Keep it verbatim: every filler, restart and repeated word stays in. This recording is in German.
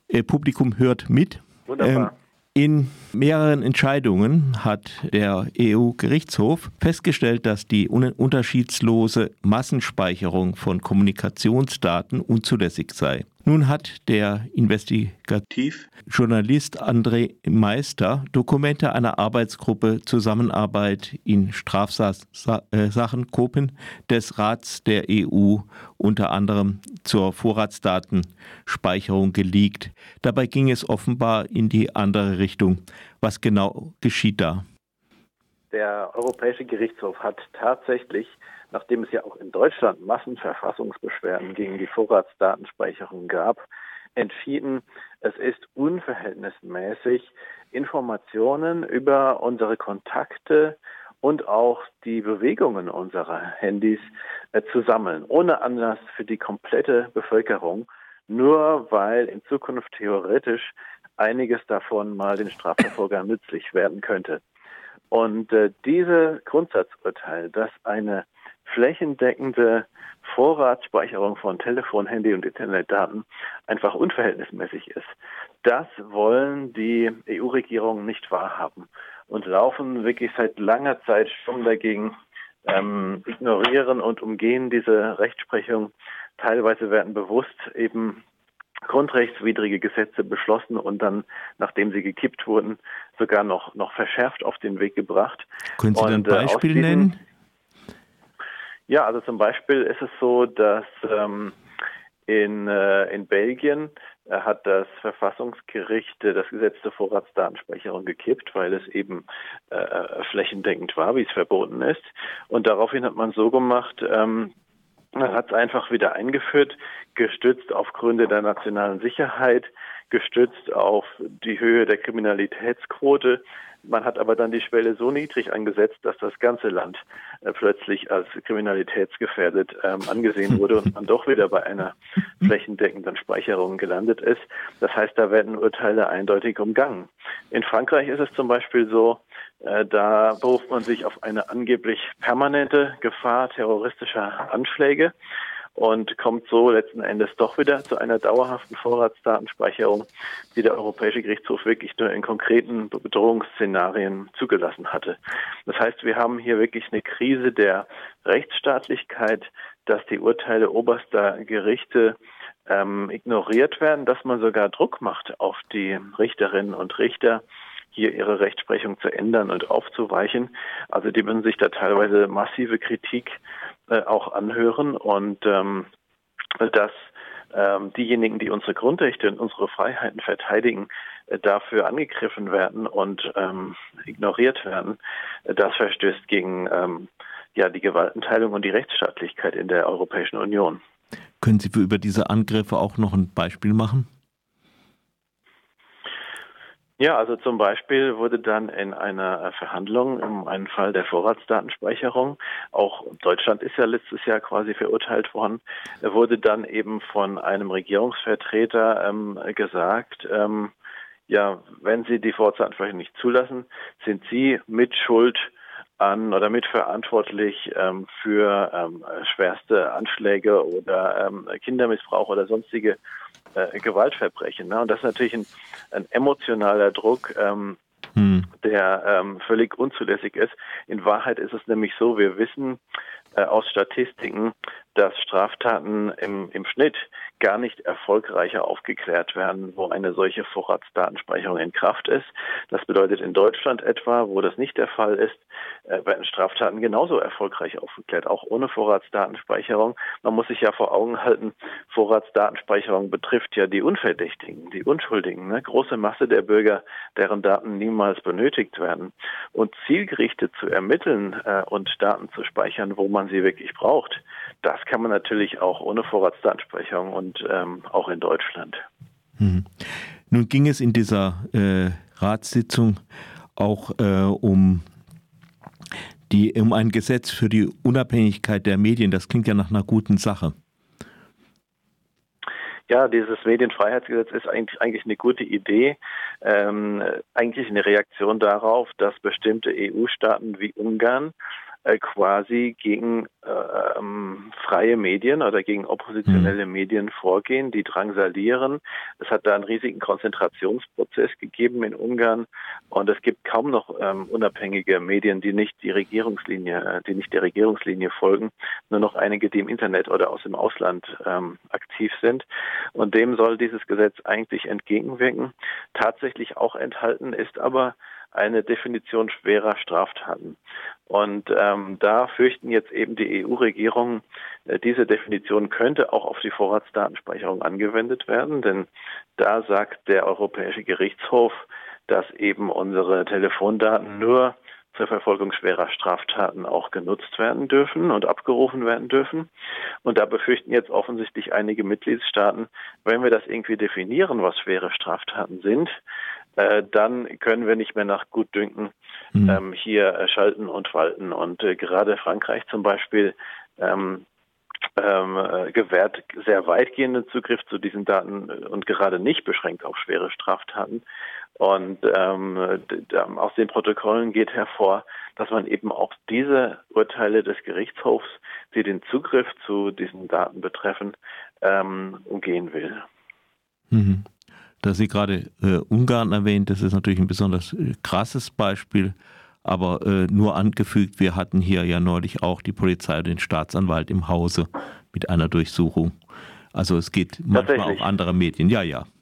äh, Publikum hört mit. Wunderbar. Ähm, In mehreren Entscheidungen hat der E U-Gerichtshof festgestellt, dass die un- unterschiedslose Massenspeicherung von Kommunikationsdaten unzulässig sei. Nun hat der Investigativjournalist André Meister Dokumente einer Arbeitsgruppe Zusammenarbeit in Strafsachen Kopen des Rats der E U unter anderem zur Vorratsdatenspeicherung geleakt. Dabei ging es offenbar in die andere Richtung. Was genau geschieht da? Der Europäische Gerichtshof hat tatsächlich, nachdem es ja auch in Deutschland Massenverfassungsbeschwerden gegen die Vorratsdatenspeicherung gab, entschieden, es ist unverhältnismäßig, Informationen über unsere Kontakte und auch die Bewegungen unserer Handys äh, zu sammeln, ohne Anlass für die komplette Bevölkerung, nur weil in Zukunft theoretisch einiges davon mal den Strafverfolgern nützlich werden könnte. Und äh, dieses Grundsatzurteil, dass eine flächendeckende Vorratsspeicherung von Telefon, Handy und Internetdaten einfach unverhältnismäßig ist, das wollen die E U-Regierungen nicht wahrhaben und laufen wirklich seit langer Zeit schon dagegen, ähm, ignorieren und umgehen diese Rechtsprechung. Teilweise werden bewusst eben grundrechtswidrige Gesetze beschlossen und dann, nachdem sie gekippt wurden, sogar noch, noch verschärft auf den Weg gebracht. Können Sie und, ein Beispiel äh, diesen, nennen? Ja, also zum Beispiel ist es so, dass ähm, in, äh, in Belgien äh, hat das Verfassungsgericht äh, das Gesetz zur Vorratsdatenspeicherung gekippt, weil es eben äh, flächendeckend war, wie es verboten ist. Und daraufhin hat man so gemacht, ähm, man hat es einfach wieder eingeführt, gestützt auf Gründe der nationalen Sicherheit, gestützt auf die Höhe der Kriminalitätsquote. Man hat aber dann die Schwelle so niedrig angesetzt, dass das ganze Land äh, plötzlich als kriminalitätsgefährdet ähm, angesehen wurde und man doch wieder bei einer flächendeckenden Speicherung gelandet ist. Das heißt, da werden Urteile eindeutig umgangen. In Frankreich ist es zum Beispiel so, äh, da beruft man sich auf eine angeblich permanente Gefahr terroristischer Anschläge und kommt so letzten Endes doch wieder zu einer dauerhaften Vorratsdatenspeicherung, die der Europäische Gerichtshof wirklich nur in konkreten Bedrohungsszenarien zugelassen hatte. Das heißt, wir haben hier wirklich eine Krise der Rechtsstaatlichkeit, dass die Urteile oberster Gerichte ähm, ignoriert werden, dass man sogar Druck macht auf die Richterinnen und Richter, hier ihre Rechtsprechung zu ändern und aufzuweichen. Also die müssen sich da teilweise massive Kritik äh, auch anhören und ähm, dass ähm, diejenigen, die unsere Grundrechte und unsere Freiheiten verteidigen, äh, dafür angegriffen werden und ähm, ignoriert werden, äh, das verstößt gegen ähm, ja, die Gewaltenteilung und die Rechtsstaatlichkeit in der Europäischen Union. Können Sie für über diese Angriffe auch noch ein Beispiel machen? Ja, also zum Beispiel wurde dann in einer Verhandlung um einen Fall der Vorratsdatenspeicherung, auch Deutschland ist ja letztes Jahr quasi verurteilt worden, wurde dann eben von einem Regierungsvertreter ähm, gesagt, ähm, ja, wenn Sie die Vorratsdatenspeicherung nicht zulassen, sind Sie mitschuld an oder mitverantwortlich ähm, für ähm, schwerste Anschläge oder ähm, Kindermissbrauch oder sonstige äh, Gewaltverbrechen. Ne? Und das ist natürlich ein, ein emotionaler Druck, ähm, hm. der ähm, völlig unzulässig ist. In Wahrheit ist es nämlich so, wir wissen äh, aus Statistiken, dass Straftaten im, im Schnitt gar nicht erfolgreicher aufgeklärt werden, wo eine solche Vorratsdatenspeicherung in Kraft ist. Das bedeutet in Deutschland etwa, wo das nicht der Fall ist, äh, werden Straftaten genauso erfolgreich aufgeklärt, auch ohne Vorratsdatenspeicherung. Man muss sich ja vor Augen halten, Vorratsdatenspeicherung betrifft ja die Unverdächtigen, die Unschuldigen, ne? Große Masse der Bürger, deren Daten niemals benötigt werden. Und zielgerichtet zu ermitteln äh, und Daten zu speichern, wo man sie wirklich braucht, das kann man natürlich auch ohne Vorratsdatenspeicherung und ähm, auch in Deutschland. Hm. Nun ging es in dieser äh, Ratssitzung auch äh, um die um ein Gesetz für die Unabhängigkeit der Medien. Das klingt ja nach einer guten Sache. Ja, dieses Medienfreiheitsgesetz ist eigentlich, eigentlich eine gute Idee, ähm, eigentlich eine Reaktion darauf, dass bestimmte E U-Staaten wie Ungarn äh, quasi gegen äh, ähm, freie Medien oder gegen oppositionelle mhm. Medien vorgehen, die drangsalieren. Es hat da einen riesigen Konzentrationsprozess gegeben in Ungarn und es gibt kaum noch ähm, unabhängige Medien, die nicht die Regierungslinie, die nicht der Regierungslinie folgen, nur noch einige, die im Internet oder aus dem Ausland ähm, aktiv sind. Und dem soll dieses Gesetz eigentlich entgegenwirken. Tatsächlich auch enthalten ist aber eine Definition schwerer Straftaten. Und ähm, da fürchten jetzt eben die E U-Regierungen, äh, diese Definition könnte auch auf die Vorratsdatenspeicherung angewendet werden, denn da sagt der Europäische Gerichtshof, dass eben unsere Telefondaten nur zur Verfolgung schwerer Straftaten auch genutzt werden dürfen und abgerufen werden dürfen. Und da befürchten jetzt offensichtlich einige Mitgliedstaaten, wenn wir das irgendwie definieren, was schwere Straftaten sind, äh, dann können wir nicht mehr nach Gutdünken mhm. ähm, hier äh, schalten und walten. Und äh, gerade Frankreich zum Beispiel ähm, ähm, äh, gewährt sehr weitgehenden Zugriff zu diesen Daten und gerade nicht beschränkt auf schwere Straftaten. Und ähm, d- aus den Protokollen geht hervor, dass man eben auch diese Urteile des Gerichtshofs, die den Zugriff zu diesen Daten betreffen, ähm, umgehen will. Mhm. Da Sie gerade äh, Ungarn erwähnt, das ist natürlich ein besonders äh, krasses Beispiel, aber äh, nur angefügt, wir hatten hier ja neulich auch die Polizei und den Staatsanwalt im Hause mit einer Durchsuchung. Also es geht manchmal auch andere Medien. Ja, ja.